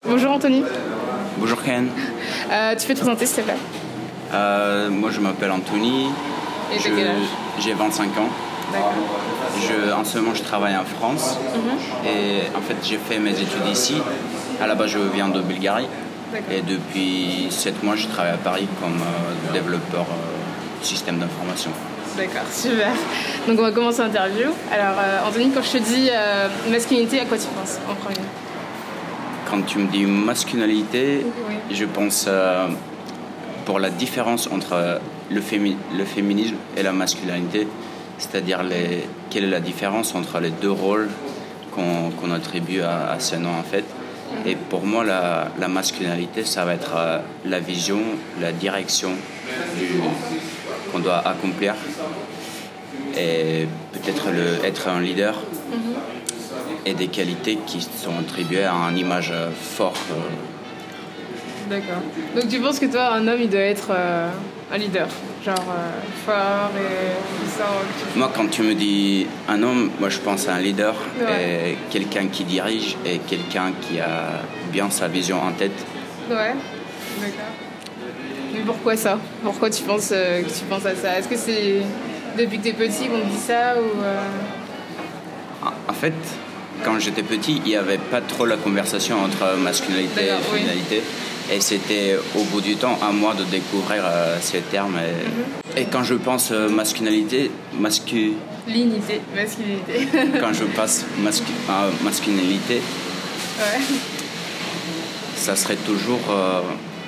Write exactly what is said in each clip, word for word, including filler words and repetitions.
Bonjour Anthony. Bonjour Ken. Euh, tu peux te présenter s'il te plaît? Euh, moi je m'appelle Anthony. Et t'as quel âge? J'ai vingt-cinq ans. D'accord. Je, en ce moment je travaille en France. Mm-hmm. Et en fait j'ai fait mes études ici. À la base je viens de Bulgarie. D'accord. Et depuis sept mois je travaille à Paris comme euh, développeur euh, système d'information. D'accord, super. Donc on va commencer l'interview. Alors euh, Anthony, quand je te dis euh, masculinité, à quoi tu penses en premier? Quand tu me dis masculinité, oui. Je pense euh, pour la différence entre le, fémi- le féminisme et la masculinité, c'est-à-dire les, quelle est la différence entre les deux rôles qu'on, qu'on attribue à, à ces noms en fait. Et pour moi, la, la masculinité, ça va être euh, la vision, la direction du, qu'on doit accomplir et peut-être le, être un leader. Mm-hmm. Et des qualités qui sont attribuées à une image forte. D'accord. Donc tu penses que toi, un homme, il doit être euh, un leader, genre euh, fort et puissant? Moi, quand tu me dis un homme, moi je pense à un leader, ouais. Et quelqu'un qui dirige et quelqu'un qui a bien sa vision en tête. Ouais, d'accord. Mais pourquoi ça? Pourquoi tu penses, euh, que tu penses à ça? Est-ce que c'est depuis que t'es petit qu'on te dit ça ou euh... En fait, quand j'étais petit, il n'y avait pas trop la conversation entre masculinité D'accord, et féminité. Oui. Et c'était au bout du temps à moi de découvrir euh, ces termes. Et, mm-hmm. et quand je pense euh, masculinité, mascu... Linité, masculinité. Quand je passe mascu... euh, masculinité, ouais. Ça serait toujours... Euh...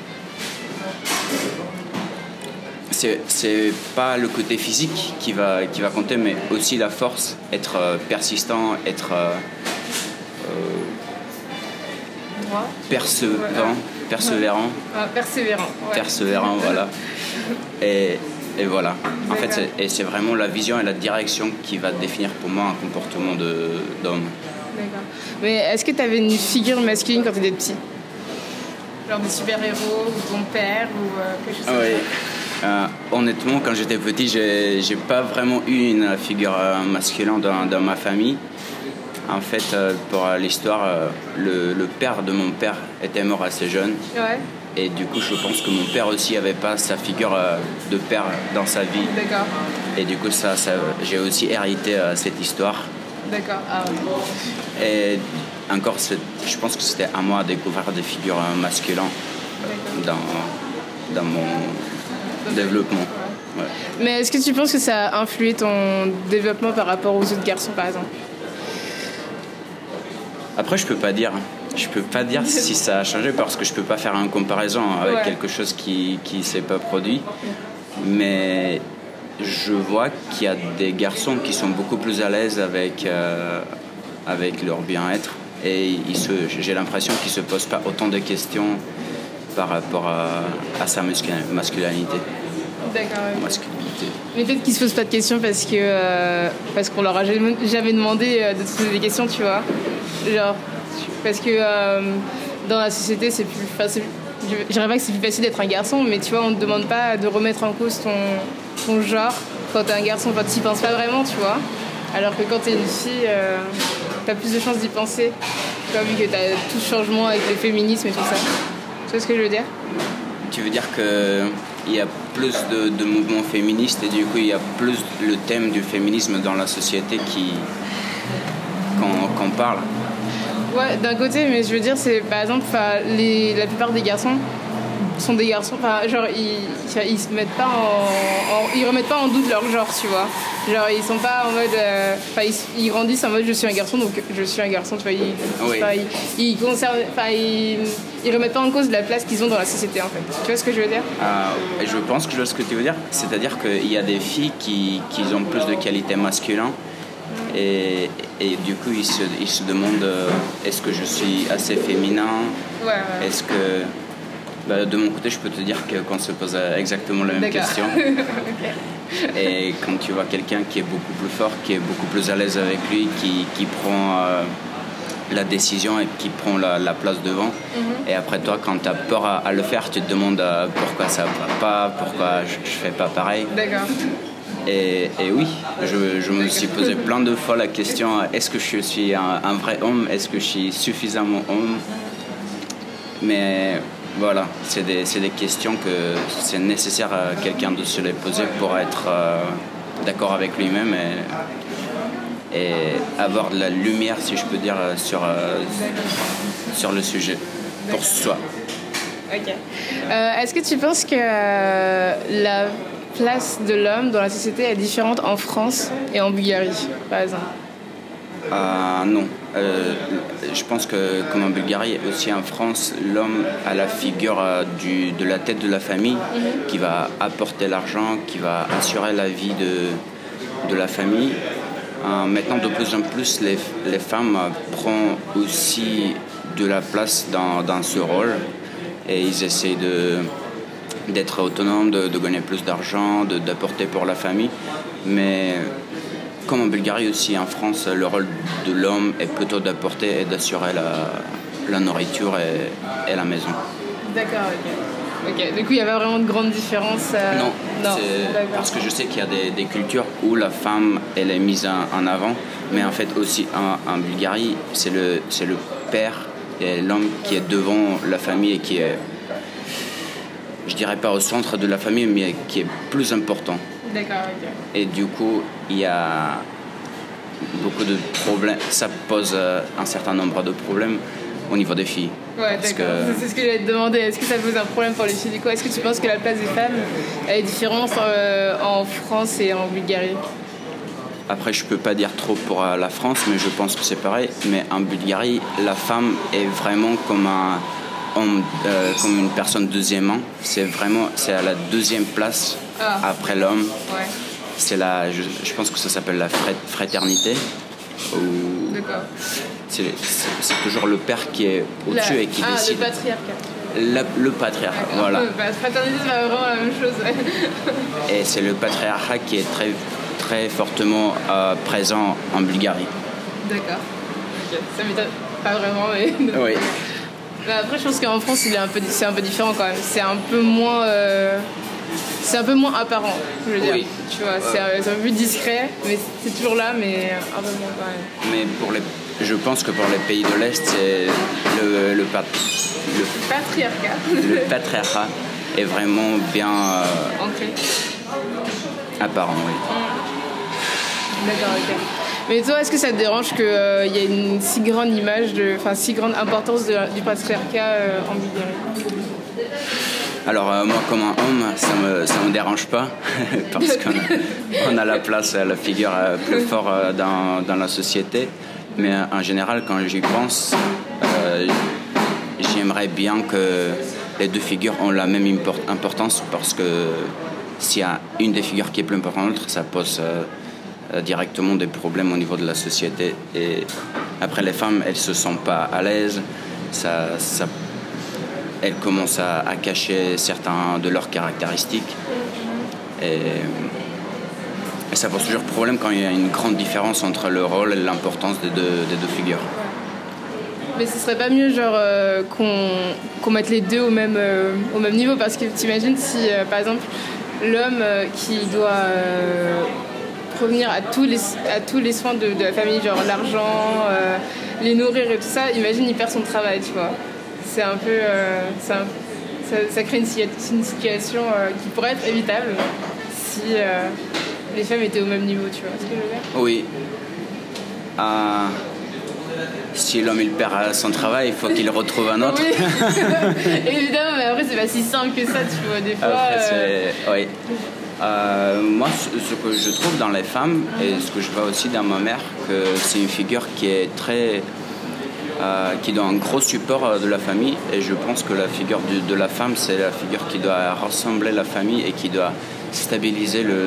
C'est, c'est pas le côté physique qui va, qui va compter, mais aussi la force, être euh, persistant, être euh, euh, persévérant, ouais. persévérant, ah, persévérant, ouais. persévérant, voilà. Et, et voilà. En fait, c'est, et c'est vraiment la vision et la direction qui va définir pour moi un comportement de, d'homme. D'accord. Mais est-ce que tu avais une figure masculine quand tu étais petit? Genre des super-héros, ou ton père, ou euh, quelque chose comme oui. ça? Euh, honnêtement, quand j'étais petit, j'ai, j'ai pas vraiment eu une figure euh, masculine dans, dans ma famille. En fait, euh, pour l'histoire, euh, le, le père de mon père était mort assez jeune. Ouais. Et du coup, je pense que mon père aussi avait pas sa figure euh, de père dans sa vie. D'accord. Et du coup, ça, ça, j'ai aussi hérité euh, cette histoire. D'accord. Ah, ouais. Et encore, c'est, je pense que c'était à moi de découvrir des figures euh, masculines dans, dans mon... développement. Ouais. Mais est-ce que tu penses que ça a influé ton développement par rapport aux autres garçons, par exemple? Après, je peux pas dire. Je peux pas dire si ça a changé parce que je peux pas faire une comparaison avec ouais. quelque chose qui qui s'est pas produit. Mais je vois qu'il y a des garçons qui sont beaucoup plus à l'aise avec euh, avec leur bien-être et ils se, j'ai l'impression qu'ils se posent pas autant de questions par rapport à, à sa masculinité. D'accord. Ouais. Masculinité. Mais peut-être qu'ils se posent pas de questions parce que euh, parce qu'on leur a jamais, jamais demandé euh, de se poser des questions, tu vois. Genre parce que euh, dans la société c'est plus facile. Je dirais pas que c'est plus facile d'être un garçon, mais tu vois, on te demande pas de remettre en cause ton ton genre quand t'es un garçon, quand t'y penses pas vraiment, tu vois. Alors que quand t'es une fille, euh, t'as plus de chances d'y penser. Tu vois, vu que t'as tout ce changement avec le féminisme et tout ça. Tu vois ce que je veux dire? Tu veux dire qu'il y a plus de, de mouvements féministes et du coup il y a plus le thème du féminisme dans la société qui, qu'on, qu'on parle? Ouais, d'un côté, mais je veux dire, c'est par exemple, les, la plupart des garçons sont des garçons, enfin, genre, ils, ils se mettent pas en, en. Ils remettent pas en doute leur genre, tu vois. Genre, ils sont pas en mode. Enfin, euh, ils, ils grandissent en mode je suis un garçon, donc je suis un garçon, tu vois. Ils, oui. ils, ils conservent. Enfin, ils, ils remettent pas en cause la place qu'ils ont dans la société, en fait. Tu vois ce que je veux dire? euh, Je pense que je vois ce que tu veux dire. C'est-à-dire qu'il y a des filles qui, qui ont plus de qualités masculines. Et, et du coup, ils se, ils se demandent euh, est-ce que je suis assez féminin? Ouais, ouais. Est-ce que. Bah, de mon côté, je peux te dire qu'on se pose exactement la même D'accord. question. Okay. Et quand tu vois quelqu'un qui est beaucoup plus fort, qui est beaucoup plus à l'aise avec lui, qui, qui prend euh, la décision et qui prend la, la place devant, mm-hmm. et après toi, quand tu as peur à, à le faire, tu te demandes euh, pourquoi ça va pas, pourquoi je, je fais pas pareil. D'accord. Et, et oui, je, je me suis posé plein de fois la question, est-ce que je suis un, un vrai homme? Est-ce que je suis suffisamment homme? mais voilà, c'est des, c'est des questions que c'est nécessaire à quelqu'un de se les poser pour être euh, d'accord avec lui-même et, et avoir de la lumière, si je peux dire, sur, euh, sur le sujet, pour soi. Ok. Euh, est-ce que tu penses que euh, la place de l'homme dans la société est différente en France et en Bulgarie, par exemple? Euh, non. Euh, je pense que comme en Bulgarie et aussi en France, l'homme a la figure euh, du, de la tête de la famille mm-hmm. qui va apporter l'argent, qui va assurer la vie de, de la famille. Euh, maintenant, de plus en plus, les, les femmes euh, prennent aussi de la place dans, dans ce rôle et ils essaient de, d'être autonomes, de, de gagner plus d'argent, de, d'apporter pour la famille. Mais comme en Bulgarie aussi, en France, le rôle de l'homme est plutôt d'apporter et d'assurer la, la nourriture et, et la maison. D'accord, ok. Ok, du coup, il n'y a pas vraiment de grande différence euh... Non, non parce que je sais qu'il y a des, des cultures où la femme, elle est mise en, en avant, mais en fait aussi en, en Bulgarie, c'est le, c'est le père et l'homme qui est devant la famille et qui est, je dirais pas au centre de la famille, mais qui est plus important. D'accord, ok. Et du coup, il y a beaucoup de problèmes. Ça pose un certain nombre de problèmes au niveau des filles. Ouais, d'accord. Que... C'est ce que j'allais te demander. Est-ce que ça pose un problème pour les filles? Du coup, est-ce que tu penses que la place des femmes est différente euh, en France et en Bulgarie? Après, je peux pas dire trop pour la France, mais je pense que c'est pareil. Mais en Bulgarie, la femme est vraiment comme un homme, euh, comme une personne deuxièmement. C'est vraiment, c'est à la deuxième place ah. après l'homme. Ouais. C'est la, je, je pense que ça s'appelle la fraternité. Où D'accord. C'est, c'est, c'est toujours le père qui est au-dessus la... et qui ah, décide. Le patriarcat. La, le patriarcat, D'accord. voilà. La fraternité, c'est pas vraiment la même chose. Ouais. Et c'est le patriarcat qui est très, très fortement euh, présent en Bulgarie. D'accord. Okay. Ça m'étonne pas vraiment, mais... Oui. Mais après, je pense qu'en France, il est un peu, c'est un peu différent quand même. C'est un peu moins... Euh... C'est un peu moins apparent, je veux dire. Oui. Tu vois, c'est, c'est un peu plus discret, mais c'est toujours là, mais un peu moins quand même. Mais pour les, je pense que pour les pays de l'Est, c'est le, le, pat, le patriarcat. Le patriarcat est vraiment bien euh, ancré. Apparent, oui. Mmh. D'accord, ok. Mais toi, est-ce que ça te dérange qu'il euh, y ait une si grande image, de, enfin si grande importance de, du patriarcat euh, en Bulgarie? Alors euh, moi comme un homme, ça me ça me dérange pas parce qu'on a, on a la place, la figure euh, plus forte euh, dans dans la société. Mais euh, en général, quand j'y pense, euh, j'aimerais bien que les deux figures ont la même import- importance parce que s'il y a une des figures qui est plus importante que l'autre, ça pose euh, euh, directement des problèmes au niveau de la société. Et après, les femmes, elles se sentent pas à l'aise. Ça ça Elles commencent à, à cacher certains de leurs caractéristiques. Et, et ça pose toujours problème quand il y a une grande différence entre le rôle et l'importance des deux, des deux figures. Mais ce serait pas mieux genre, euh, qu'on, qu'on mette les deux au même, euh, au même niveau? Parce que t'imagines si, euh, par exemple, l'homme euh, qui doit euh, provenir à tous les, à tous les soins de, de la famille, genre l'argent, euh, les nourrir et tout ça, imagine, il perd son travail, tu vois. C'est un peu, euh, c'est un, ça, ça crée une, une situation euh, qui pourrait être évitable si euh, les femmes étaient au même niveau, tu vois ce que je veux dire? Oui. Euh, si l'homme il perd son travail, il faut qu'il retrouve un autre. Oui. Évidemment, mais après c'est pas si simple que ça, tu vois, des fois. Après, euh... c'est... Oui. Euh, moi, ce, ce que je trouve dans les femmes et ce que je vois aussi dans ma mère, que c'est une figure qui est très Euh, qui donne un gros support euh, de la famille, et je pense que la figure de, de la femme, c'est la figure qui doit rassembler la famille et qui doit stabiliser le,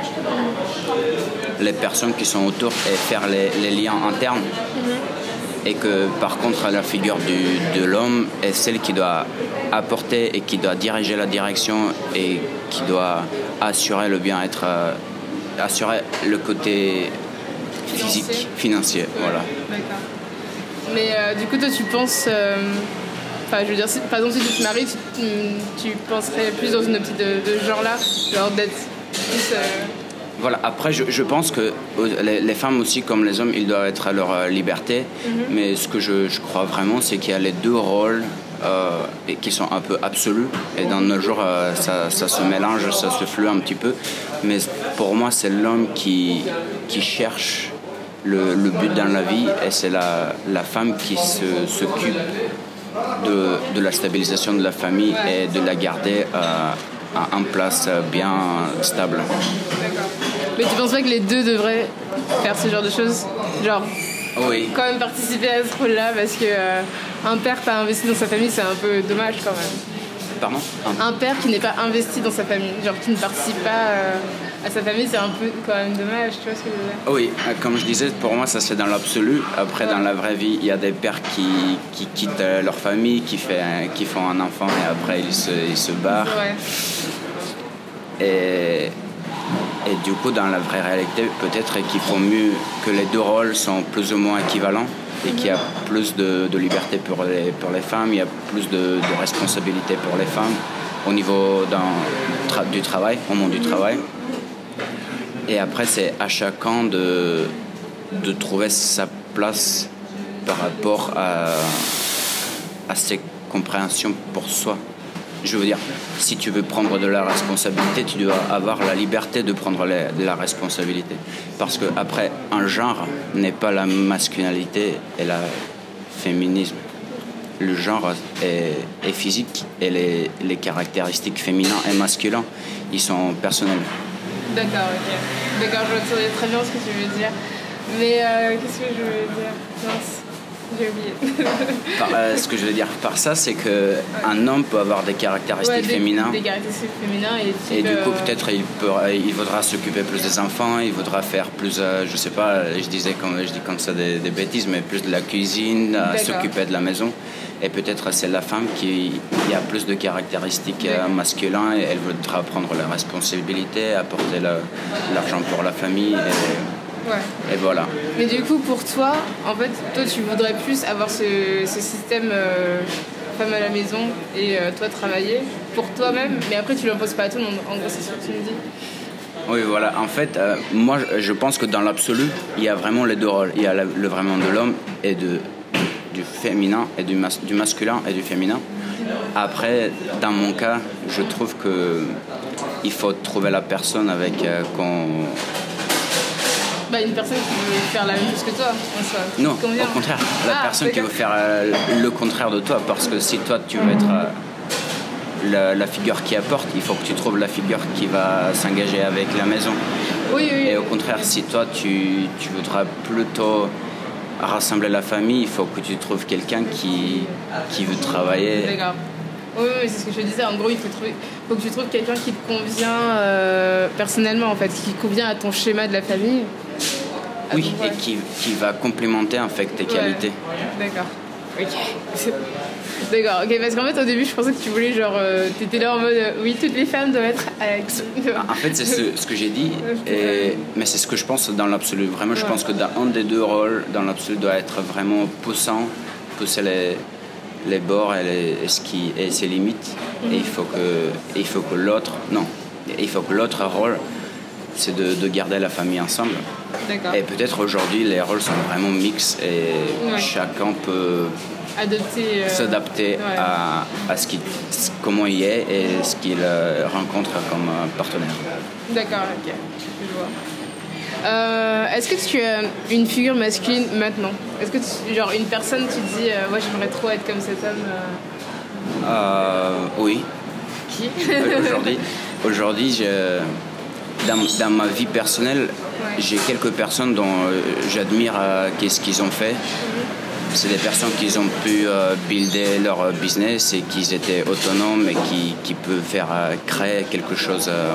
les personnes qui sont autour et faire les, les liens internes. Mm-hmm. Et que par contre la figure du, de l'homme est celle qui doit apporter et qui doit diriger la direction et qui doit assurer le bien-être, euh, assurer le côté physique, financier, financier ouais, voilà. D'accord. Mais euh, du coup, toi, tu penses... Enfin, euh, je veux dire, si, par exemple, si tu te maries, tu, tu penserais plus dans une optique de, de ce genre-là, genre d'être plus... Euh... Voilà, après, je, je pense que les, les femmes aussi, comme les hommes, ils doivent être à leur liberté. Mm-hmm. Mais ce que je, je crois vraiment, c'est qu'il y a les deux rôles euh, et qui sont un peu absolus. Et dans nos jours, euh, ça, ça se mélange, ça se flue un petit peu. Mais pour moi, c'est l'homme qui, qui cherche le, le but dans la vie, et c'est la, la femme qui se, s'occupe de, de la stabilisation de la famille et de la garder euh, en place bien stable. D'accord. Mais tu penses pas que les deux devraient faire ce genre de choses? Genre, oui. Quand même participer à ce rôle-là, parce que euh, un père pas investi dans sa famille, c'est un peu dommage quand même. Pardon? Un, un père qui n'est pas investi dans sa famille, genre qui ne participe pas euh, à sa famille, c'est un peu quand même dommage, tu vois ce que je veux dire? Oui, comme je disais, pour moi, ça c'est dans l'absolu. Après, ouais. Dans la vraie vie, il y a des pères qui, qui quittent leur famille, qui, fait, qui font un enfant et après ils se, ils se barrent. Ouais. Et, et du coup, dans la vraie réalité, peut-être qu'il faut mieux que les deux rôles sont plus ou moins équivalents et qu'il y a plus de, de liberté pour les, pour les femmes, il y a plus de, de responsabilité pour les femmes au niveau dans, tra- du travail, au monde du travail. Et après, c'est à chacun de, de trouver sa place par rapport à, à ses compréhensions pour soi. Je veux dire, si tu veux prendre de la responsabilité, tu dois avoir la liberté de prendre la, de la responsabilité. Parce que après, un genre n'est pas la masculinité et le féminisme. Le genre est, est physique et les, les caractéristiques féminines et masculines, ils sont personnels. D'accord, ok. D'accord, je vois très bien ce que tu veux dire. Mais euh, qu'est-ce que je veux dire? Mince. J'ai oublié. Par, euh, ce que je veux dire par ça, c'est qu'un ouais. homme peut avoir des caractéristiques ouais, des, féminines. Des caractéristiques féminines et, et du coup, euh... peut-être il, peut, il voudra s'occuper plus des enfants, il voudra faire plus, euh, je sais pas, je disais comme, je dis comme ça des, des bêtises, mais plus de la cuisine, euh, s'occuper de la maison. Et peut-être c'est la femme qui, qui a plus de caractéristiques euh, masculines et elle voudra prendre la responsabilité, apporter la, l'argent pour la famille. Et, ouais. et voilà. Mais du coup, pour toi, en fait, toi, tu voudrais plus avoir ce, ce système euh, femme à la maison et euh, toi travailler pour toi-même, mais après, tu ne l'imposes pas à tout le monde. En gros, c'est ce que tu me dis. Oui, voilà. En fait, euh, moi, je pense que dans l'absolu, il y a vraiment les deux rôles. Il y a le, le vraiment de l'homme et de... du féminin et du, mas- du masculin et du féminin. Après, dans mon cas, je trouve que il faut trouver la personne avec euh, qu'on... Bah, une personne qui veut faire la même chose que toi, en soi. Non, au contraire. La ah, personne d'accord. qui veut faire euh, le contraire de toi, parce que si toi, tu veux être euh, la, la figure qui apporte, il faut que tu trouves la figure qui va s'engager avec la maison. Oui, oui. Et au contraire, si toi, tu, tu voudras plutôt... rassembler la famille, il faut que tu trouves quelqu'un qui, qui veut travailler. D'accord. Oui, oui, c'est ce que je disais. En gros, il faut, trouver, faut que tu trouves quelqu'un qui te convient euh, personnellement, en fait, qui convient à ton schéma de la famille. Oui, et qui, qui va complémenter en fait tes ouais. qualités. D'accord. Ok. D'accord, ok, parce qu'en fait au début je pensais que tu voulais genre, euh, t'étais là en mode euh, oui, toutes les femmes doivent être avec... En fait c'est ce, ce que j'ai dit, et, mais c'est ce que je pense dans l'absolu. Vraiment je ouais. pense que dans un des deux rôles, dans l'absolu, doit être vraiment poussant, pousser les, les bords et, les, et, ce qui, et ses limites. Mm-hmm. Et il faut que, et il faut que l'autre, non, il faut que l'autre rôle, c'est de, de garder la famille ensemble. D'accord. Et peut-être aujourd'hui les rôles sont vraiment mixtes et ouais. chacun peut... Adopter, euh... s'adapter ouais. à, à ce qu'il, comment il est et ce qu'il euh, rencontre comme euh, partenaire. D'accord, ok, je vois. Euh, est-ce que tu as une figure masculine maintenant? Est-ce que tu, genre une personne tu te dis euh, ouais j'aimerais trop être comme cet homme euh... Euh, oui. Qui? Aujourd'hui, aujourd'hui je, dans, dans ma vie personnelle, ouais. j'ai quelques personnes dont euh, j'admire euh, qu'est-ce qu'ils ont fait. Mm-hmm. C'est des personnes qui ont pu euh, builder leur business et qui étaient autonomes et qui, qui peuvent faire euh, créer quelque chose euh,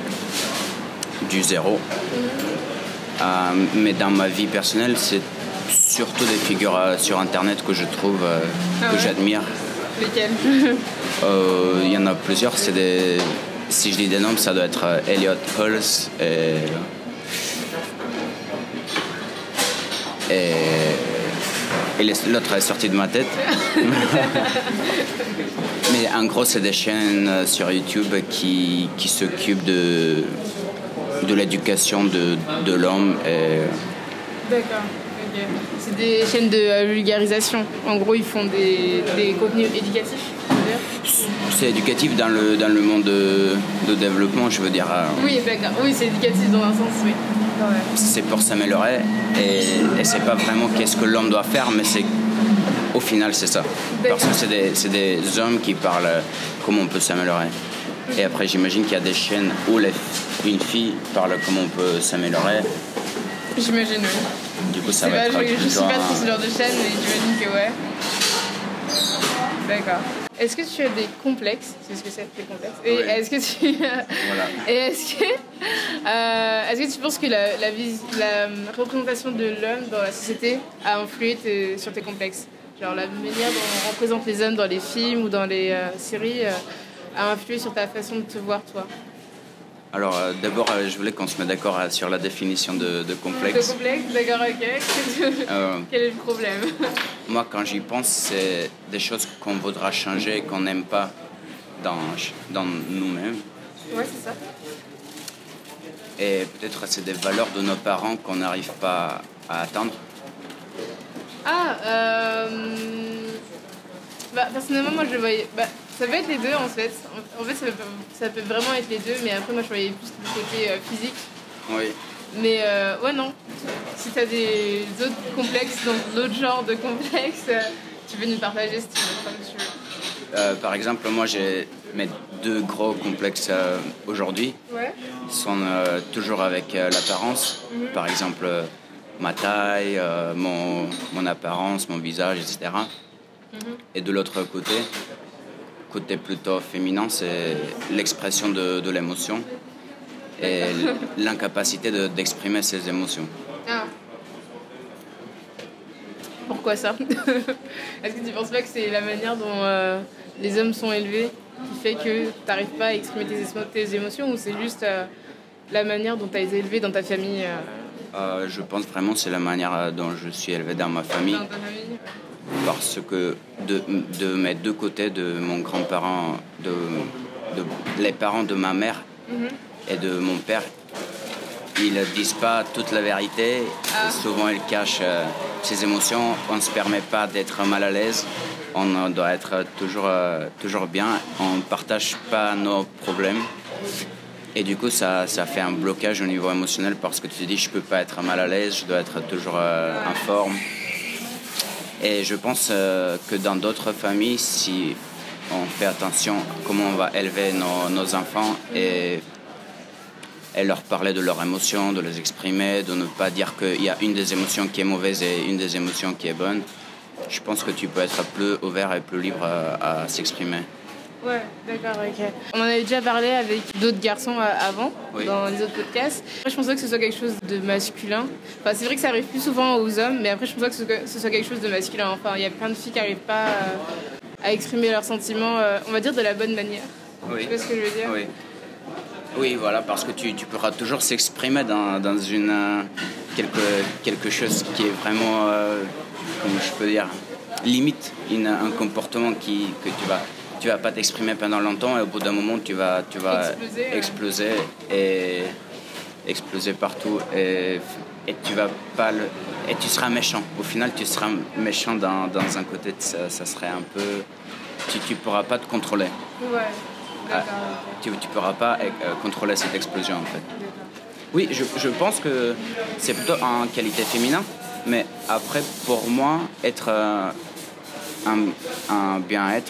du zéro. Mm-hmm. Euh, mais dans ma vie personnelle, c'est surtout des figures euh, sur Internet que je trouve, euh, ah que ouais. j'admire. Lesquelles? euh, Il y en a plusieurs. C'est des, si je dis des noms, ça doit être euh, Elliot Hulse et... et Et l'autre est sorti de ma tête. Mais en gros, c'est des chaînes sur YouTube qui, qui s'occupent de, de l'éducation de, de l'homme. Et... D'accord. Ok. ok. C'est des chaînes de euh, vulgarisation. En gros, ils font des, des contenus éducatifs. C'est éducatif dans le, dans le monde de, de développement, je veux dire. Oui, d'accord. Oui, c'est éducatif dans un sens, oui. Ouais. C'est pour s'améliorer et, et c'est pas vraiment qu'est-ce que l'homme doit faire, mais c'est au final c'est ça. Parce que c'est des, c'est des hommes qui parlent comment on peut s'améliorer. Et après j'imagine qu'il y a des chaînes où les, une fille parle comment on peut s'améliorer. J'imagine, oui. Du coup ça c'est va pas, être Je, je suis un... pas trop ce genre de chaîne, mais j'imagine que ouais. D'accord. Est-ce que tu as des complexes? C'est ce que c'est, des complexes. Et oui. est-ce que tu... Voilà. Et est-ce que... Euh, est-ce que tu penses que la, la, vis... la représentation de l'homme dans la société a influé tes... sur tes complexes? Genre la manière dont on représente les hommes dans les films ou dans les euh, séries euh, a influé sur ta façon de te voir, toi? Alors euh, d'abord, euh, je voulais qu'on se mette d'accord euh, sur la définition de, de complexe. De complexe, d'accord, ok. euh, Quel est le problème? Moi, quand j'y pense, c'est des choses qu'on voudra changer et qu'on n'aime pas dans, dans nous-mêmes. Ouais, c'est ça. Et peut-être c'est des valeurs de nos parents qu'on n'arrive pas à atteindre. Ah, euh... Bah, personnellement, moi, je voyais... Bah, ça peut être les deux, en fait. En fait, ça peut, ça peut vraiment être les deux, mais après, moi, je voyais plus le côté euh, physique. Oui. Mais, euh, ouais, non. Si t'as des autres complexes, donc d'autres genres de complexes, euh, tu peux nous partager si tu veux, comme tu veux. Euh, par exemple, moi, j'ai mes deux gros complexes euh, aujourd'hui. Ouais. Sont euh, toujours avec euh, l'apparence. Mm-hmm. Par exemple, euh, ma taille, euh, mon, mon apparence, mon visage, et cetera. Mm-hmm. Et de l'autre côté, côté plutôt féminin, c'est l'expression de, de l'émotion et l'incapacité de, d'exprimer ses émotions. Ah. Pourquoi ça? Est-ce que tu penses pas que c'est la manière dont euh, les hommes sont élevés qui fait que tu n'arrives pas à exprimer tes, tes émotions, ou c'est juste euh, la manière dont tu as été élevé dans ta famille euh... Euh, Je pense vraiment que c'est la manière dont je suis élevé dans ma famille. Dans ta famille. Parce que de, de mes deux côtés, de mon grand-parent, de, de les parents de ma mère mm-hmm. et de mon père, ils ne disent pas toute la vérité. Ah. Souvent, ils cachent euh, ses émotions. On ne se permet pas d'être mal à l'aise. On doit être toujours, euh, toujours bien. On ne partage pas nos problèmes. Et du coup, ça, ça fait un blocage au niveau émotionnel parce que tu te dis, je ne peux pas être mal à l'aise, je dois être toujours euh, en forme. Et je pense euh, que dans d'autres familles, si on fait attention à comment on va élever nos, nos enfants et, et leur parler de leurs émotions, de les exprimer, de ne pas dire qu'il y a une des émotions qui est mauvaise et une des émotions qui est bonne, je pense que tu peux être plus ouvert et plus libre à, à s'exprimer. Ouais, d'accord, ok. On en avait déjà parlé avec d'autres garçons avant, oui. Dans les autres podcasts. Moi, je pense pas que ce soit quelque chose de masculin. Enfin, c'est vrai que ça arrive plus souvent aux hommes, mais après, je pense pas que ce soit quelque chose de masculin. Enfin, il y a plein de filles qui n'arrivent pas à exprimer leurs sentiments, on va dire, de la bonne manière. Oui. Tu vois ce que je veux dire? Oui. Oui, voilà, parce que tu, tu pourras toujours s'exprimer dans, dans une, euh, quelque, quelque chose qui est vraiment, euh, comment je peux dire, limite, une, un comportement qui, que tu vas... Tu vas pas t'exprimer pendant longtemps et au bout d'un moment tu vas, tu vas exploser, exploser et exploser partout et, et tu vas pas le, et tu seras méchant. Au final tu seras méchant dans, dans un côté, ça, ça serait un peu, tu tu pourras pas te contrôler. Ouais. D'accord. Ah, tu tu pourras pas euh, contrôler cette explosion en fait. Oui, je, je pense que c'est plutôt en qualité féminin, mais après pour moi être euh, un, un bien-être,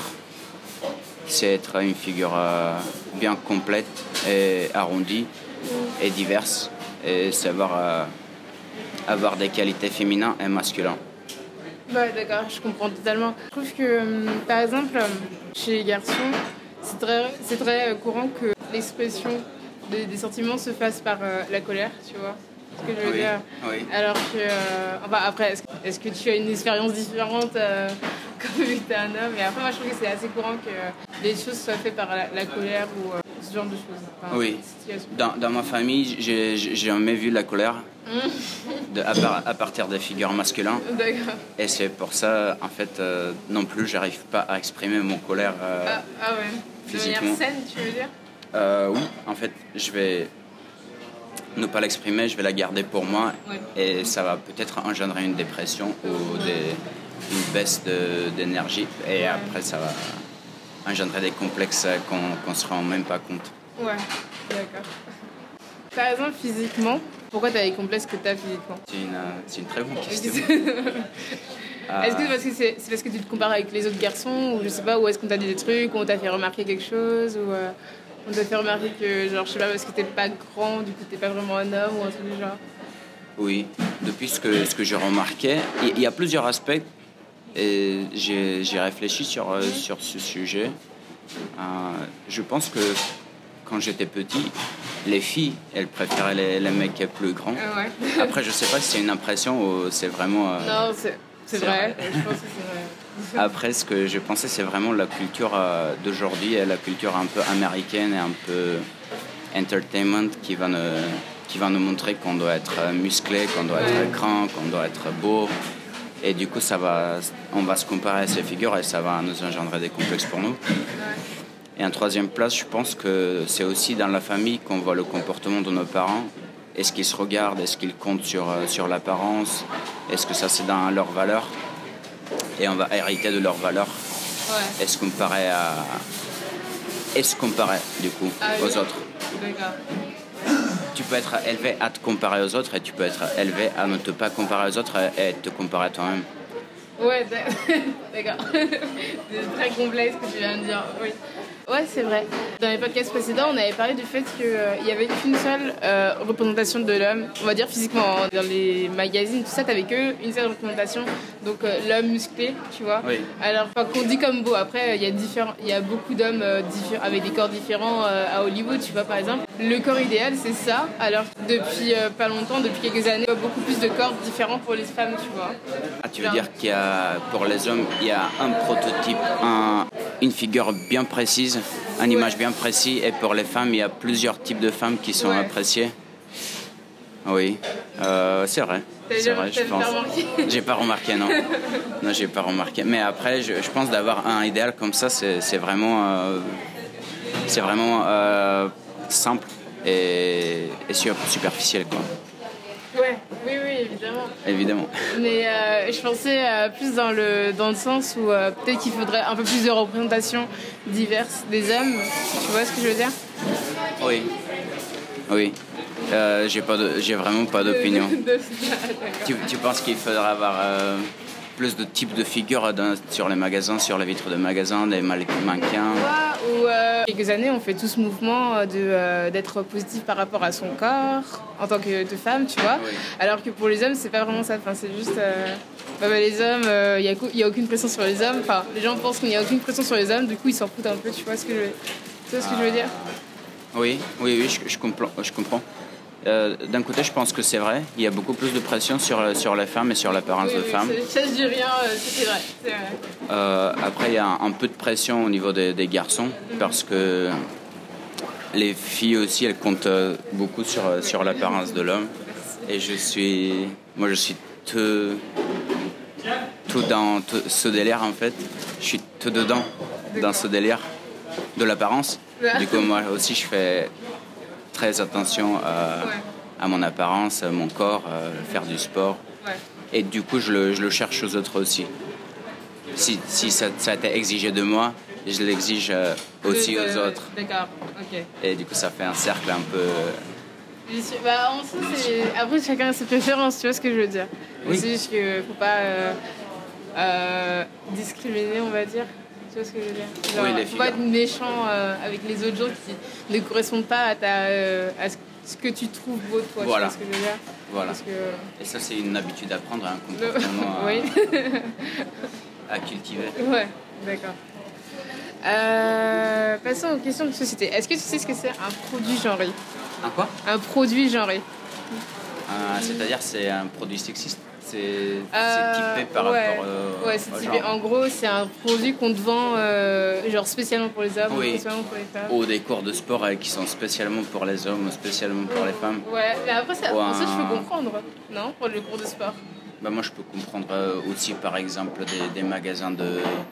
c'est être une figure euh, bien complète et arrondie et diverse et savoir euh, avoir des qualités féminines et masculines. Ouais, d'accord, je comprends totalement. Je trouve que, euh, par exemple, chez les garçons, c'est très, c'est très courant que l'expression des, des sentiments se fasse par euh, la colère, tu vois ce que je veux oui, dire. Oui. Alors que, euh, enfin après, est-ce, est-ce que tu as une expérience différente euh, comme vu que t'es un homme? Et après, moi, je trouve que c'est assez courant que les choses soient faites par la, la colère ou euh, ce genre de choses. Enfin, oui. Dans, dans ma famille, j'ai, j'ai jamais vu la colère de, à, par, à partir des figures masculines. D'accord. Et c'est pour ça, en fait, euh, non plus, j'arrive pas à exprimer mon colère euh, ah, ah ouais. physiquement. De manière saine, tu veux dire? euh, Oui, en fait, je vais... ne pas l'exprimer, je vais la garder pour moi. Ouais. Et ça va peut-être engendrer une dépression ou des, une baisse de, d'énergie. Et ouais. Après, ça va engendrer des complexes qu'on ne se rend même pas compte. Ouais, d'accord. Par exemple, physiquement, pourquoi tu as les complexes que tu as physiquement? C'est une, c'est une très bonne question. euh... Est-ce que c'est parce que, c'est, c'est parce que tu te compares avec les autres garçons, ou je sais pas, ou est-ce qu'on t'a dit des trucs, ou on t'a fait remarquer quelque chose, ou euh, on t'a fait remarquer que, genre, je sais pas, parce que t'es pas grand, du coup t'es pas vraiment un homme, ou un truc du genre? Oui, depuis ce que, ce que j'ai remarqué, il y a plusieurs aspects, et j'ai, j'ai réfléchi sur, euh, sur ce sujet. Euh, je pense que quand j'étais petit, les filles, elles préféraient les, les mecs plus grands. Ah ouais. Après, je sais pas si c'est une impression ou c'est vraiment... Euh, non, c'est, c'est, c'est vrai. vrai. Je pense que c'est vrai. Après, ce que j'ai pensé, c'est vraiment la culture euh, d'aujourd'hui, et la culture un peu américaine et un peu entertainment qui va nous, qui va nous montrer qu'on doit être musclé, qu'on doit ouais. être grand, qu'on doit être beau. Et du coup, ça va, on va se comparer à ces figures et ça va nous engendrer des complexes pour nous. Ouais. Et en troisième place, je pense que c'est aussi dans la famille qu'on voit le comportement de nos parents. Est-ce qu'ils se regardent? Est-ce qu'ils comptent sur, sur l'apparence? Est-ce que ça, c'est dans leurs valeurs? Et on va hériter de leurs valeurs. Ouais. Est-ce qu'on paraît à... Est-ce qu'on paraît, du coup, ah, aux oui. autres? D'accord. Tu peux être élevé à te comparer aux autres et tu peux être élevé à ne te pas comparer aux autres et te comparer à toi-même. Ouais, d'accord. C'est très complexe ce que tu viens de dire, oui. Ouais, c'est vrai. Dans les podcasts précédents, on avait parlé du fait qu'il euh, n'y avait qu'une seule euh, représentation de l'homme, on va dire physiquement. Hein. Dans les magazines, tout ça, t'avais qu'une seule représentation. Donc euh, l'homme musclé, tu vois. Oui. Alors, qu'on dit comme beau. Après, il y a différents, il y a beaucoup d'hommes euh, diffé- avec des corps différents euh, à Hollywood, tu vois, par exemple. Le corps idéal, c'est ça. Alors, depuis euh, pas longtemps, depuis quelques années, il y a beaucoup plus de corps différents pour les femmes, tu vois. Ah, tu veux dire qu'il y a, pour les hommes, il y a un prototype, un, une figure bien précise, une ouais. image bien précise, et pour les femmes, il y a plusieurs types de femmes qui sont ouais. appréciées. Oui, euh, c'est vrai. T'as c'est vrai, je pense. Pas remarqué j'ai pas remarqué, non. Non, j'ai pas remarqué. Mais après, je, je pense d'avoir un idéal comme ça, c'est, c'est vraiment, euh, c'est vraiment euh, simple et, et superficiel, quoi. Ouais, oui, oui, évidemment. Évidemment. Mais euh, je pensais euh, plus dans le, dans le sens où euh, peut-être qu'il faudrait un peu plus de représentation diverse des hommes. Tu vois ce que je veux dire? Oui. Oui. Euh, j'ai, pas de, j'ai vraiment pas d'opinion. tu, tu penses qu'il faudrait avoir euh, plus de types de figures dans, sur les magasins, sur les vitres de magasins, des mannequins? Ouais, ou euh, quelques années, on fait tout ce mouvement de, euh, d'être positif par rapport à son corps en tant que de femme, tu vois. Oui. Alors que pour les hommes, c'est pas vraiment ça. Enfin, c'est juste... Euh, bah, bah, les hommes, il euh, n'y a, y a aucune pression sur les hommes. Enfin, les gens pensent qu'il n'y a aucune pression sur les hommes, du coup, ils s'en foutent un peu, tu vois ce que je veux, tu vois ce que ah. je veux dire? Oui, oui, oui, je, je comprends. Je comprends. Euh, d'un côté, je pense que c'est vrai. Il y a beaucoup plus de pression sur, sur les femmes et sur l'apparence oui, de oui, femmes. Ça, je dis rien, c'est vrai. C'est vrai. Euh, après, il y a un, un peu de pression au niveau des, des garçons mm-hmm. parce que les filles aussi, elles comptent beaucoup sur, sur l'apparence de l'homme. Et je suis... Moi, je suis tout, tout dans tout ce délire, en fait. Je suis tout dedans, dans ce délire de l'apparence. Ouais. Du coup, moi aussi, je fais... très attention à, ouais. à mon apparence, à mon corps, à faire du sport. Ouais. Et du coup, je le, je le cherche aux autres aussi. Si, si ça, ça a été exigé de moi, je l'exige aussi de, de, aux autres. D'accord, ok. Et du coup, ça fait un cercle un peu... Bah, en soi, c'est... Après, chacun a ses préférences, tu vois ce que je veux dire. Oui. C'est juste qu'il ne faut pas euh, euh, discriminer, on va dire. Tu vois ce que je veux dire? Genre, oui, faut pas être méchant euh, avec les autres gens qui ne correspondent pas à, ta, euh, à ce que tu trouves beau de toi. Voilà. Tu vois ce que je veux dire? Voilà. Que... Et ça, c'est une habitude à prendre, un comportement oui. à, à cultiver. Ouais, d'accord. Euh, passons aux questions de société. Est-ce que tu sais ce que c'est un produit genré? Un quoi? Un produit genré. Euh, c'est-à-dire, c'est un produit sexiste? C'est, euh, c'est typé par ouais, rapport euh, ouais, c'est au typé. Genre. En gros, c'est un produit qu'on te vend euh, genre spécialement pour les hommes oui. ou spécialement pour les femmes. Ou des cours de sport euh, qui sont spécialement pour les hommes ou spécialement pour les femmes. Ouais, mais après, ça, ou un... ça, je peux un... comprendre, non? Pour les cours de sport. Bah, moi, je peux comprendre euh, aussi, par exemple, des, des magasins de,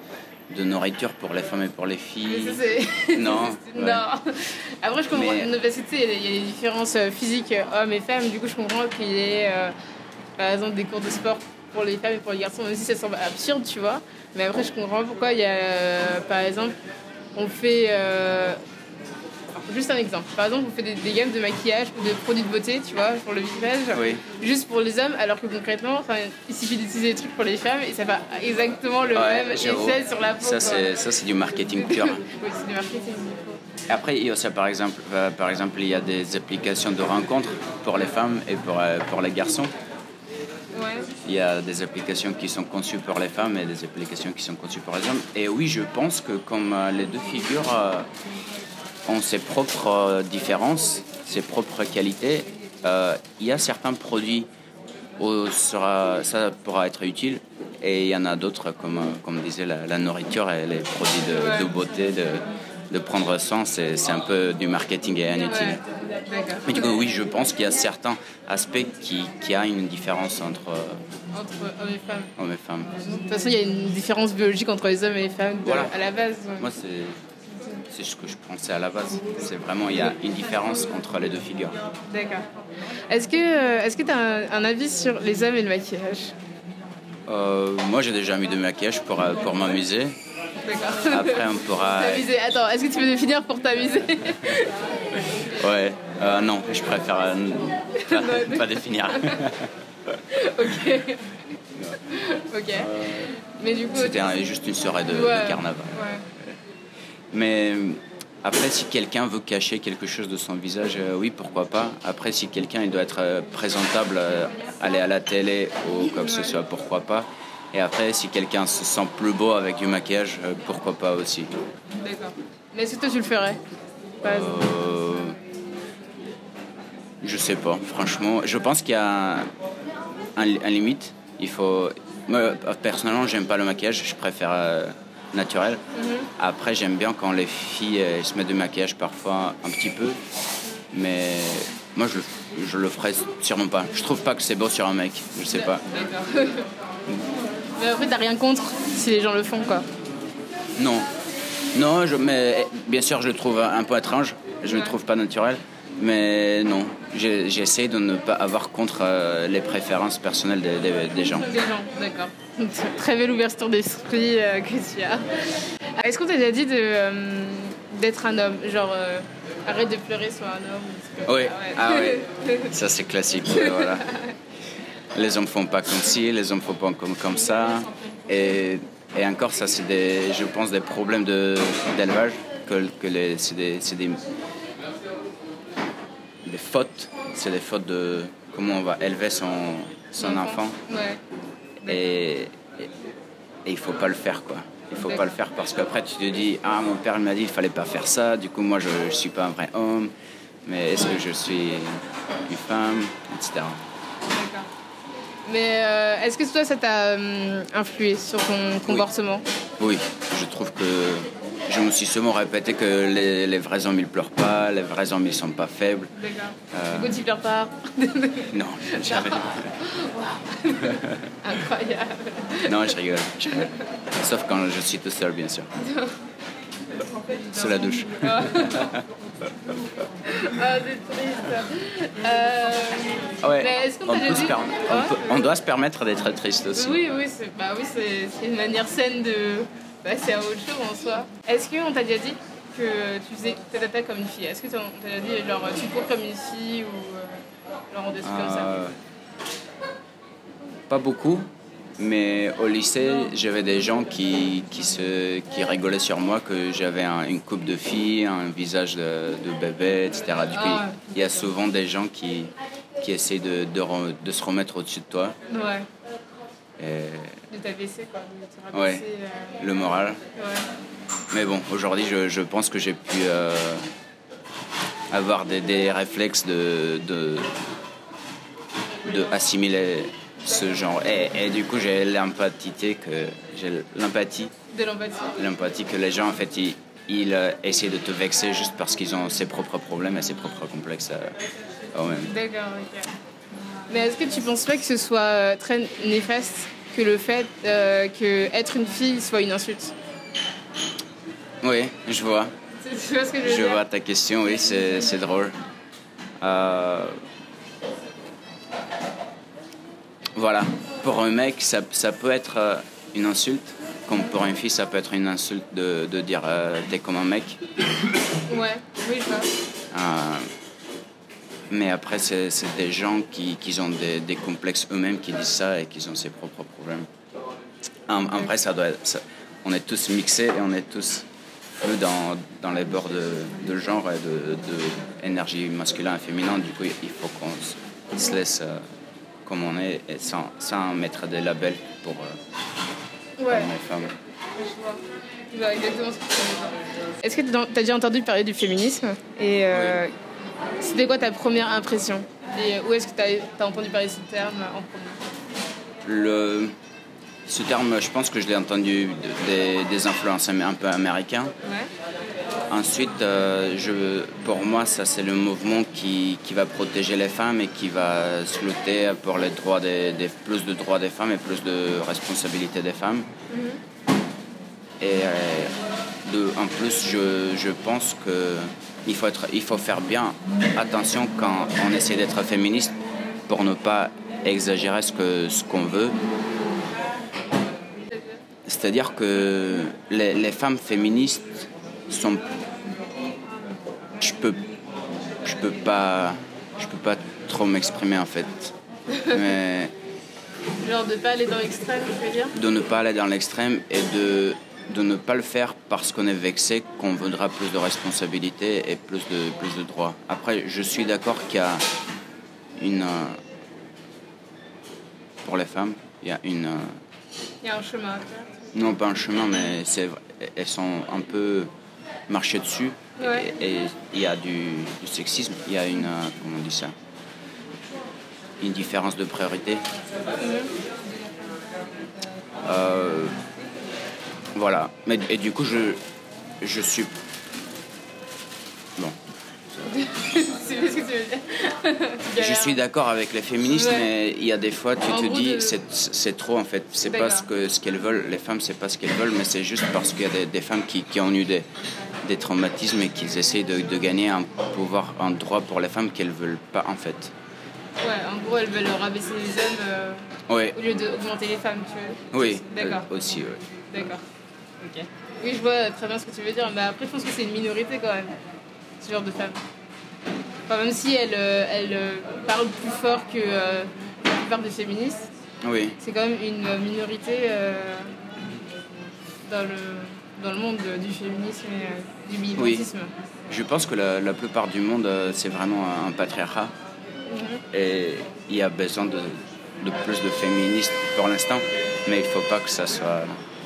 de nourriture pour les femmes et pour les filles. C'est... Non. Ouais. Non. Après, je comprends. Mais... Parce que tu sais, il y a des différences physiques hommes et femmes. Du coup, je comprends qu'il y ait, euh, par exemple, des cours de sport pour les femmes et pour les garçons, même si ça semble absurde, tu vois. Mais après, je comprends pourquoi il y a, euh, par exemple, on fait... Euh, juste un exemple. Par exemple, on fait des, des gammes de maquillage ou de produits de beauté, tu vois, pour le visage, oui. juste pour les hommes, alors que concrètement, il suffit d'utiliser des trucs pour les femmes et ça fait exactement le ouais, même effet sur la peau. Ça, c'est, ça, c'est du marketing pur. Oui, c'est du marketing. Après, il y a aussi, par exemple, euh, par exemple, il y a des applications de rencontres pour les femmes et pour, euh, pour les garçons. Ouais. Il y a des applications qui sont conçues pour les femmes et des applications qui sont conçues pour les hommes. Et oui, je pense que comme euh, les deux figures... Euh, ont ses propres euh, différences, ses propres qualités. Euh, il y a certains produits où sera, ça pourra être utile et il y en a d'autres, comme, comme disait la, la nourriture et les produits de, ouais. de beauté, de, de prendre soin, c'est, c'est un peu du marketing et inutile. Ouais. Mais du coup, oui, je pense qu'il y a certains aspects qui, qui a une différence entre, entre hommes et femmes. Hommes et femmes. De toute façon, il y a une différence biologique entre les hommes et les femmes de, voilà. à la base. Ouais. Moi, c'est... C'est ce que je pensais à la base. C'est vraiment, il y a une différence entre les deux figures. D'accord. Est-ce que est-ce que tu as un, un avis sur les hommes et le maquillage ? euh, Moi, j'ai déjà mis de maquillage pour, pour m'amuser. D'accord. Après, on pourra... T'amuser. Attends, est-ce que tu peux définir pour t'amuser ? Ouais. Euh, non, je préfère euh, pas, non, pas définir. Ok. Ok. Euh, Mais du coup... C'était un, juste une soirée de, ouais. de carnaval. Ouais. Mais après, si quelqu'un veut cacher quelque chose de son visage, euh, oui, pourquoi pas. Après, si quelqu'un il doit être euh, présentable, euh, aller à la télé ou quoi que ce soit, pourquoi pas. Et après, si quelqu'un se sent plus beau avec du maquillage, euh, pourquoi pas aussi. D'accord. Mais est-ce que toi, tu le ferais ? Pas euh, Je sais pas, franchement. Je pense qu'il y a un, un, un limite. Il faut... Moi, personnellement, j'aime pas le maquillage, je préfère... Euh, naturel. Mm-hmm. Après, j'aime bien quand les filles elles, se mettent du maquillage parfois un petit peu, mais moi je, je le ferais sûrement pas. Je trouve pas que c'est beau sur un mec, je sais pas. D'accord. Mais après, t'as rien contre si les gens le font, quoi. Non, non, je, mais bien sûr, je le trouve un peu étrange. Je ne ouais. le trouve pas naturel, mais non. J'ai, j'essaie de ne pas avoir contre euh, les préférences personnelles des, des, des gens. Des gens, d'accord. Très belle ouverture d'esprit euh, que tu as. Est-ce qu'on t'a déjà dit de, euh, d'être un homme ? Genre, euh, arrête de pleurer, sois un homme. Oui, ouais. Ah oui. Ça c'est classique. Ouais, voilà. Les hommes font pas comme ci, les hommes font pas comme, comme ça. Et, et encore, ça c'est des, je pense, des problèmes de, d'élevage. Que, que les, c'est, des, c'est des, des fautes. C'est des fautes de comment on va élever son, son enfant. enfant. Ouais. Et, et, et il faut pas le faire, quoi. Il faut D'accord. pas le faire parce qu'après tu te dis ah mon père il m'a dit il fallait pas faire ça, du coup moi je, je suis pas un vrai homme, mais est-ce que je suis une femme, et cetera. D'accord. Mais euh, est-ce que toi ça t'a euh, influé sur ton comportement ? Oui. oui, je trouve que je me suis souvent répété que les, les vrais hommes ils pleurent pas, les vrais hommes ils sont pas faibles. D'accord. Euh... Du coup tu pleures pas ? Non, jamais. Wow. Incroyable. Non, je rigole, je rigole. Sauf quand je suis tout seul, bien sûr. Sous la douche. Ah, c'est triste. Euh... Ouais. Mais est-ce qu'on on, t'a dit... per... on, peut... on doit se permettre d'être triste aussi. Oui, oui, c'est, bah, oui c'est, c'est une manière saine de passer à autre chose en soi. Est-ce qu'on t'a déjà dit que tu faisais tata comme une fille ? Est-ce que on t'a déjà dit genre tu cours comme une fille ou genre des trucs euh... comme ça ? Pas beaucoup. Mais au lycée, j'avais des gens qui, qui, se, qui rigolaient sur moi, que j'avais un, une coupe de fille, un visage de, de bébé, et cetera. Du coup, ah, il y a souvent des gens qui, qui essayent de, de, de se remettre au-dessus de toi. Ouais. Et... De t'abaisser, quoi. De te rabaisser, ouais, euh... le moral. Ouais. Mais bon, aujourd'hui, je, je pense que j'ai pu euh, avoir des, des réflexes de, de, de assimiler ce genre et, et du coup j'ai l'empathie que j'ai l'empathie de l'empathie l'empathie que les gens en fait ils, ils euh, essaient de te vexer juste parce qu'ils ont ses propres problèmes et ses propres complexes euh, oh, même. D'accord, ok. Mais est-ce que tu penses pas que ce soit très néfaste que le fait euh, que être une fille soit une insulte ? Oui, je vois. Tu vois ce que je veux Je dire? vois ta question, oui, c'est, c'est drôle. Euh, Voilà. Pour un mec, ça, ça peut être euh, une insulte. Comme pour une fille, ça peut être une insulte de, de dire euh, t'es comme un mec. Ouais, oui, je vois. Euh, mais après, c'est, c'est des gens qui, qui ont des, des complexes eux-mêmes qui disent ça et qui ont ses propres problèmes. En, en vrai, ça doit être, ça, on est tous mixés et on est tous flous dans, dans les bords de, de genre et de, de énergie masculin et féminin. Du coup, il faut qu'on se laisse euh, comme on est et sans, sans mettre des labels pour, euh, Ouais. pour les femmes. Je vois. Je vois exactement ce que tu veux dire. Est-ce que tu as déjà entendu parler du féminisme? Et euh, c'était quoi ta première impression? Et où est-ce que tu as entendu parler de ce terme en premier? Le, ce terme, je pense que je l'ai entendu de- des, des influences un peu américains. Ouais. Ensuite, euh, je, pour moi, ça c'est le mouvement qui, qui va protéger les femmes et qui va se lutter pour les droits des, des, plus de droits des femmes et plus de responsabilités des femmes. Mm-hmm. Et euh, de, en plus, je, je pense qu'il faut, être, il faut faire bien attention quand on essaie d'être féministe pour ne pas exagérer ce, que, ce qu'on veut. C'est-à-dire que les, les femmes féministes sont... Je peux, je peux pas, je peux pas trop m'exprimer en fait. Mais Genre de pas aller dans l'extrême, je veux dire? De ne pas aller dans l'extrême et de, de ne pas le faire parce qu'on est vexé, qu'on voudra plus de responsabilités et plus de, plus de droits. Après, je suis d'accord qu'il y a une... Euh, pour les femmes, il y a une... Euh, il y a un chemin à faire. Non, pas un chemin, mais c'est, elles sont un peu marchées dessus. Ouais. Et il y a du, du sexisme, il y a une... Euh, comment on dit ça? Une différence de priorité. Mmh. Euh, voilà. Mais, et du coup, je, je suis... Bon. C'est ce que tu veux dire. Je suis d'accord avec les féministes, ouais. Mais il y a des fois, tu en te dis, de... c'est, c'est trop en fait. C'est d'accord. Pas ce, que, ce qu'elles veulent. Les femmes, c'est pas ce qu'elles veulent, mais c'est juste parce qu'il y a des, des femmes qui, qui ont eu des, des traumatismes et qu'ils essayent de, de gagner un pouvoir, un droit pour les femmes qu'elles veulent pas en fait. Ouais, en gros, elles veulent rabaisser les hommes euh, ouais. au lieu d'augmenter les femmes, tu vois. Oui, d'accord. Euh, aussi, oui. D'accord. Ok. Oui, je vois très bien ce que tu veux dire, mais après, je pense que c'est une minorité quand même, ce genre de femmes. Enfin, même si elles, elles parlent plus fort que euh, la plupart des féministes, oui. C'est quand même une minorité euh, dans, le, dans le monde du féminisme et euh, du militantisme. Oui. Je pense que la, la plupart du monde, c'est vraiment un patriarcat. Mm-hmm. Et il y a besoin de, de plus de féministes pour l'instant, mais il ne faut pas que ça soit...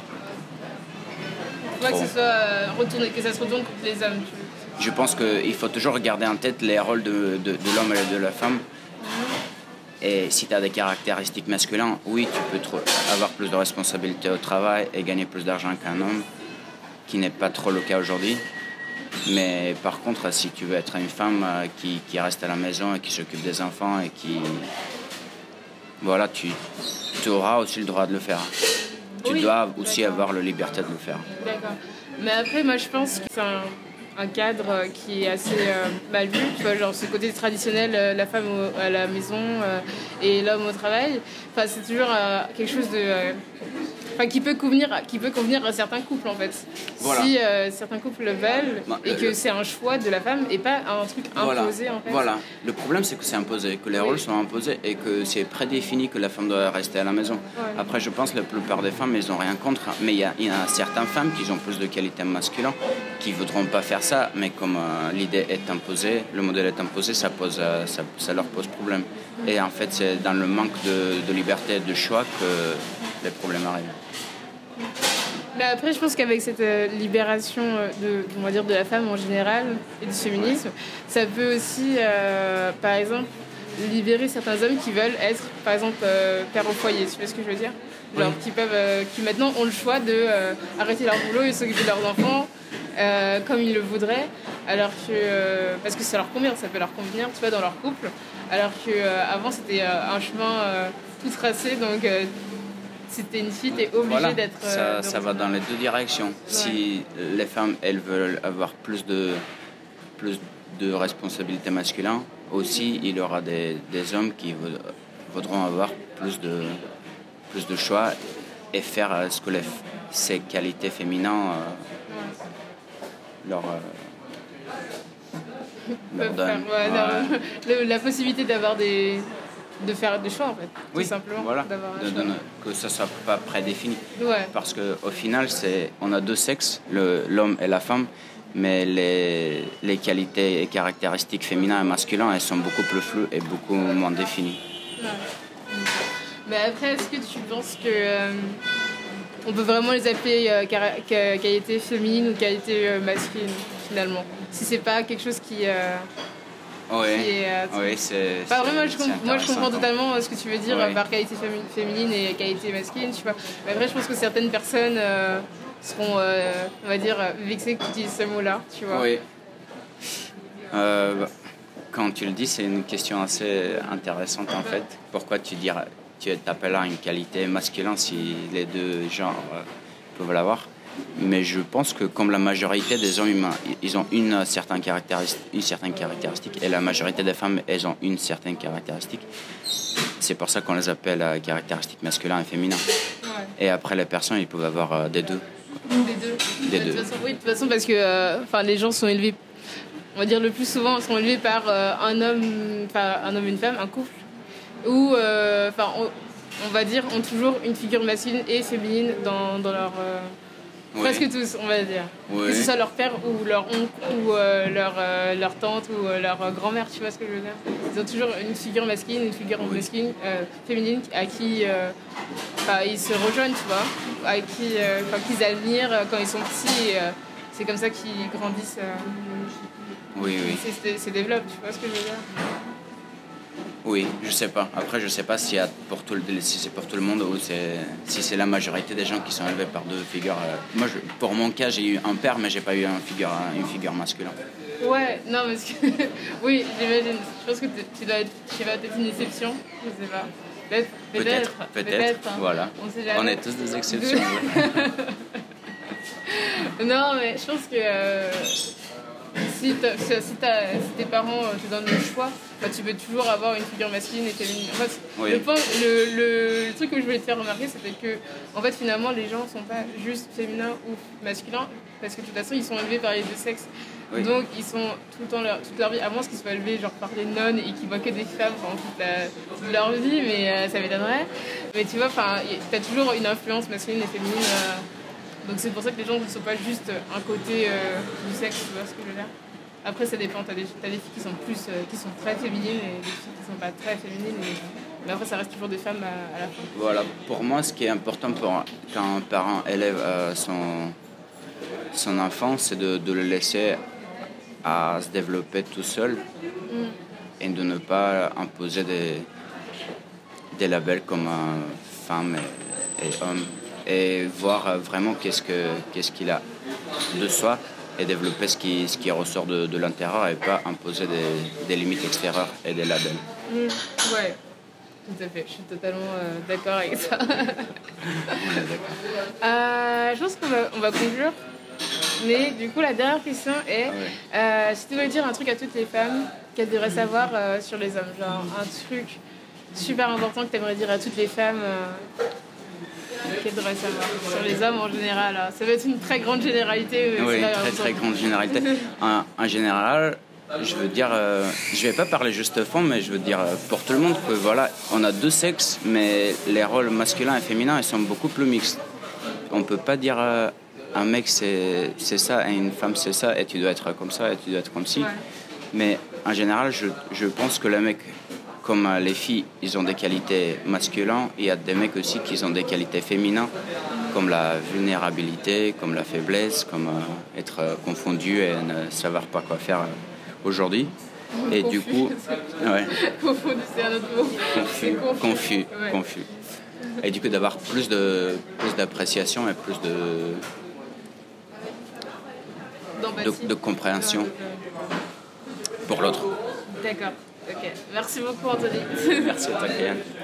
Il ne faut pas que ça soit retourné, que ça se retourne contre les hommes. Tu veux. Je pense qu'il faut toujours garder en tête les rôles de, de, de l'homme et de la femme. Mm-hmm. Et si tu as des caractéristiques masculines, oui, tu peux trop, avoir plus de responsabilités au travail et gagner plus d'argent qu'un homme, qui n'est pas trop le cas aujourd'hui. Mais par contre, si tu veux être une femme qui, qui reste à la maison et qui s'occupe des enfants et qui... Voilà, tu, tu auras aussi le droit de le faire. Tu oui, dois aussi d'accord. avoir la liberté de le faire. D'accord. Mais après, moi, je pense que c'est un... un cadre qui est assez euh, mal vu, tu vois, genre ce côté traditionnel, euh, la femme au, à la maison euh, et l'homme au travail, enfin c'est toujours euh, quelque chose de, euh, enfin qui peut convenir, qui peut convenir à certains couples en fait. Voilà. Si euh, certains couples le veulent bah, et que le... c'est un choix de la femme et pas un truc imposé voilà. en fait. Voilà. Le problème c'est que c'est imposé, que les oui. rôles sont imposés et que c'est prédéfini que la femme doit rester à la maison. Ouais. Après je pense que la plupart des femmes elles ont rien contre, mais il y a, il y a certaines femmes qui ont plus de qualité masculine qui voudront pas faire ça, mais comme euh, l'idée est imposée, le modèle est imposé, ça, pose, euh, ça, ça leur pose problème. Et en fait, c'est dans le manque de, de liberté et de choix que les problèmes arrivent. Mais après, je pense qu'avec cette euh, libération de, on va dire, de la femme en général et du féminisme, ça peut aussi, euh, par exemple, libérer certains hommes qui veulent être, par exemple, euh, pères au foyer. Tu vois ce que je veux dire ? Genre, oui. qui, peuvent, euh, qui maintenant ont le choix de euh, arrêter leur boulot et s'occuper de leurs enfants. Euh, comme ils le voudraient, alors que euh, parce que ça leur convient, ça peut leur convenir, tu vois, dans leur couple, alors que euh, avant c'était euh, un chemin euh, tout tracé, donc euh, si t'es une fille, t'es obligée voilà, d'être... ça, euh, ça va dans les deux directions. Ouais. Si les femmes, elles veulent avoir plus de, plus de responsabilités masculines, aussi, il y aura des, des hommes qui voudront avoir plus de, plus de choix et faire ce que les, ces qualités féminines euh, ouais. leur... Euh, leur donnent. Ouais, ouais. Le, la possibilité d'avoir des... de faire des choix en fait, oui, tout simplement. Voilà, de, de, que ça soit pas prédéfini. Ouais. Parce qu'au final, c'est, on a deux sexes, le, l'homme et la femme, mais les, les qualités et caractéristiques féminines et masculines, elles sont beaucoup plus floues et beaucoup moins définies. Ouais. Mais après, est-ce que tu penses que euh, on peut vraiment les appeler euh, car- qualité féminine ou qualité euh, masculine finalement, si c'est pas quelque chose qui euh, Oui, euh, oui, c'est. Enfin, vrai, moi, je comp- moi, je comprends totalement ce que tu veux dire oui. par qualité fémi- féminine et qualité masculine, tu vois. Mais après, je pense que certaines personnes euh, seront, euh, on va dire, vexées que tu utilises ce mot-là, tu vois. Oui. Euh, bah, quand tu le dis, c'est une question assez intéressante en fait. Pourquoi tu dirais, tu t'appelles là une qualité masculine si les deux genres euh, peuvent l'avoir? Mais je pense que comme la majorité des hommes humains, ils ont une certaine caractéristique, une certaine caractéristique, et la majorité des femmes, elles ont une certaine caractéristique. C'est pour ça qu'on les appelle euh, caractéristiques masculines et féminines. Ouais. Et après, les personnes, ils peuvent avoir euh, des deux. Des deux. Des de deux. Toute façon, oui, de toute façon, parce que euh, les gens sont élevés, on va dire le plus souvent, sont élevés par euh, un homme, enfin un homme et une femme, un couple, où, euh, enfin, on, on va dire, ont toujours une figure masculine et féminine dans, dans leur euh, Oui. presque tous, on va dire. Oui. Que ce soit leur père ou leur oncle ou euh, leur, euh, leur tante ou euh, leur euh, grand-mère, tu vois ce que je veux dire. Ils ont toujours une figure masculine, une figure oui. masculine, euh, féminine à qui euh, ils se rejoignent, tu vois, à qui euh, qu'ils admirent quand ils sont petits. Et, euh, c'est comme ça qu'ils grandissent. Euh, oui, oui. C'est, c'est développe, tu vois ce que je veux dire. Oui, je sais pas. Après, je sais pas si, y a pour tout le, si c'est pour tout le monde ou c'est, si c'est la majorité des gens qui sont élevés par deux figures. Euh, moi, je, pour mon cas, j'ai eu un père, mais j'ai pas eu un figure, une figure masculine. Ouais, non, parce que... oui, j'imagine. Je pense que tu dois être, tu vas être une exception, je sais pas. Peut-être, peut-être. Peut-être, peut-être hein. Voilà. On, sait jamais. On est tous des exceptions. Non, mais je pense que... Euh... Si, si, si tes parents te donnent le choix, bah, tu peux toujours avoir une figure masculine et féminine. En fait, oui. le, point, le, le, le truc que je voulais te faire remarquer, c'était que en fait, finalement, les gens ne sont pas juste féminins ou masculins, parce que de toute façon, ils sont élevés par les deux sexes. Oui. Donc, ils sont tout le temps, leur, toute leur vie, à moins qu'ils soient élevés genre, par des nonnes et qu'ils voient que des femmes pendant toute, la, toute leur vie, mais euh, ça m'étonnerait. Mais tu vois, tu as toujours une influence masculine et féminine. Euh, Donc c'est pour ça que les gens ne sont pas juste un côté euh, du sexe, tu vois ce que je veux dire. Après ça dépend, t'as des, t'as des filles qui sont plus, euh, qui sont très féminines et des filles qui sont pas très féminines. Et... Mais après ça reste toujours des femmes à, à la fin. Voilà, pour moi ce qui est important pour quand un parent élève euh, son, son enfant, c'est de, de le laisser à se développer tout seul mm. et de ne pas imposer des, des labels comme euh, femme et, et homme. Et voir vraiment qu'est-ce, que, qu'est-ce qu'il a de soi et développer ce qui, ce qui ressort de, de l'intérieur et pas imposer des, des limites extérieures et des labels. Mmh, ouais, tout à fait. Je suis totalement euh, d'accord avec ça. On est d'accord. Euh, je pense qu'on va, on va conclure. Mais du coup, la dernière question est ah ouais. euh, si tu veux dire un truc à toutes les femmes qu'elles devraient savoir euh, sur les hommes, genre un truc super important que tu aimerais dire à toutes les femmes euh, qu'elles devraient savoir sur les hommes en général. Ça va être une très grande généralité. Oui, une très très grande généralité. en, en général, je veux dire, euh, je vais pas parler juste fond, mais je veux dire euh, pour tout le monde que voilà, on a deux sexes, mais les rôles masculins et féminins ils sont beaucoup plus mixtes. On peut pas dire euh, un mec c'est, c'est ça et une femme c'est ça et tu dois être comme ça et tu dois être comme ci. Ouais. Mais en général, je, je pense que les mecs, comme les filles, ils ont des qualités masculines, il y a des mecs aussi qui ont des qualités féminines, comme la vulnérabilité, comme la faiblesse, comme euh, être euh, confondu et ne savoir pas quoi faire euh, aujourd'hui. Et confus, du coup, ouais. Confondu, c'est un autre mot. Confus, confus, confus, ouais. confus. Et du coup, d'avoir plus de plus d'appréciation et plus de de, de compréhension pour l'autre. D'accord. Ok. Merci beaucoup, Anthony. Merci à toi, Kéane.